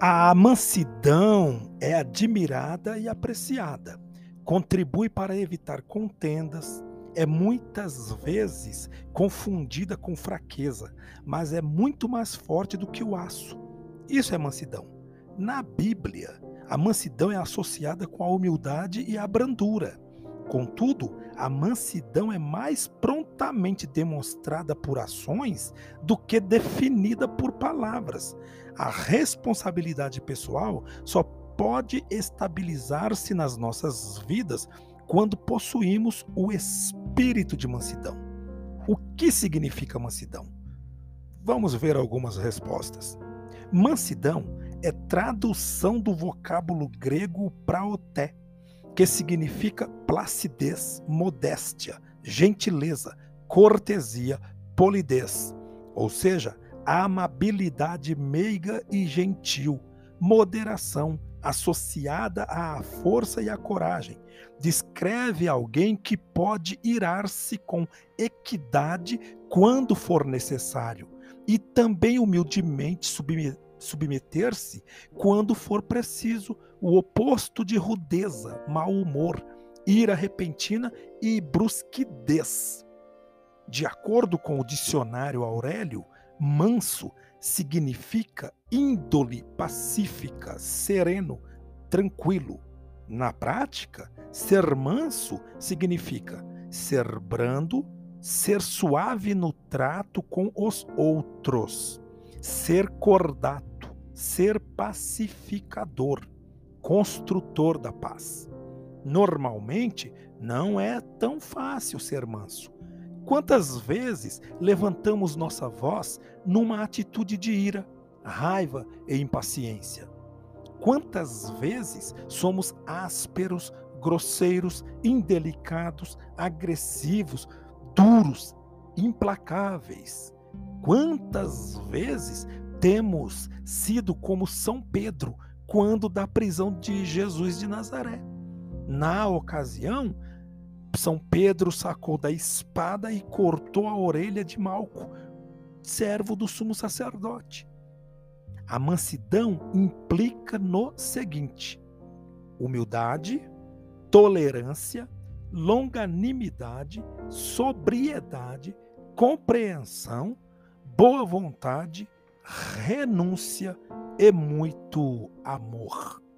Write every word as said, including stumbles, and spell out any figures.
A mansidão é admirada e apreciada. Contribui para evitar contendas, é muitas vezes confundida com fraqueza, mas é muito mais forte do que o aço. Isso é mansidão. Na Bíblia, a mansidão é associada com a humildade e a brandura. Contudo, a mansidão é mais prontamente demonstrada por ações do que definida por palavras. A responsabilidade pessoal só pode estabilizar-se nas nossas vidas quando possuímos o espírito de mansidão. O que significa mansidão? Vamos ver algumas respostas. Mansidão é tradução do vocábulo grego praoté, que significa placidez, modéstia, gentileza, cortesia, polidez, ou seja, amabilidade meiga e gentil, moderação associada à força e à coragem. Descreve alguém que pode irar-se com equidade quando for necessário e também humildemente submeter-se quando for preciso, o oposto de rudeza, mau humor, ira repentina e brusquidez. De acordo com o dicionário Aurélio, manso significa índole pacífica, sereno, tranquilo. Na prática, ser manso significa ser brando, ser suave no trato com os outros, ser cordato, ser pacificador, construtor da paz. Normalmente, não é tão fácil ser manso. Quantas vezes levantamos nossa voz numa atitude de ira, raiva e impaciência? Quantas vezes somos ásperos, grosseiros, indelicados, agressivos, duros, implacáveis? Quantas vezes temos sido como São Pedro quando da prisão de Jesus de Nazaré? Na ocasião, São Pedro sacou da espada e cortou a orelha de Malco, servo do sumo sacerdote. A mansidão implica no seguinte: humildade, tolerância, longanimidade, sobriedade, compreensão, boa vontade, renúncia e muito amor.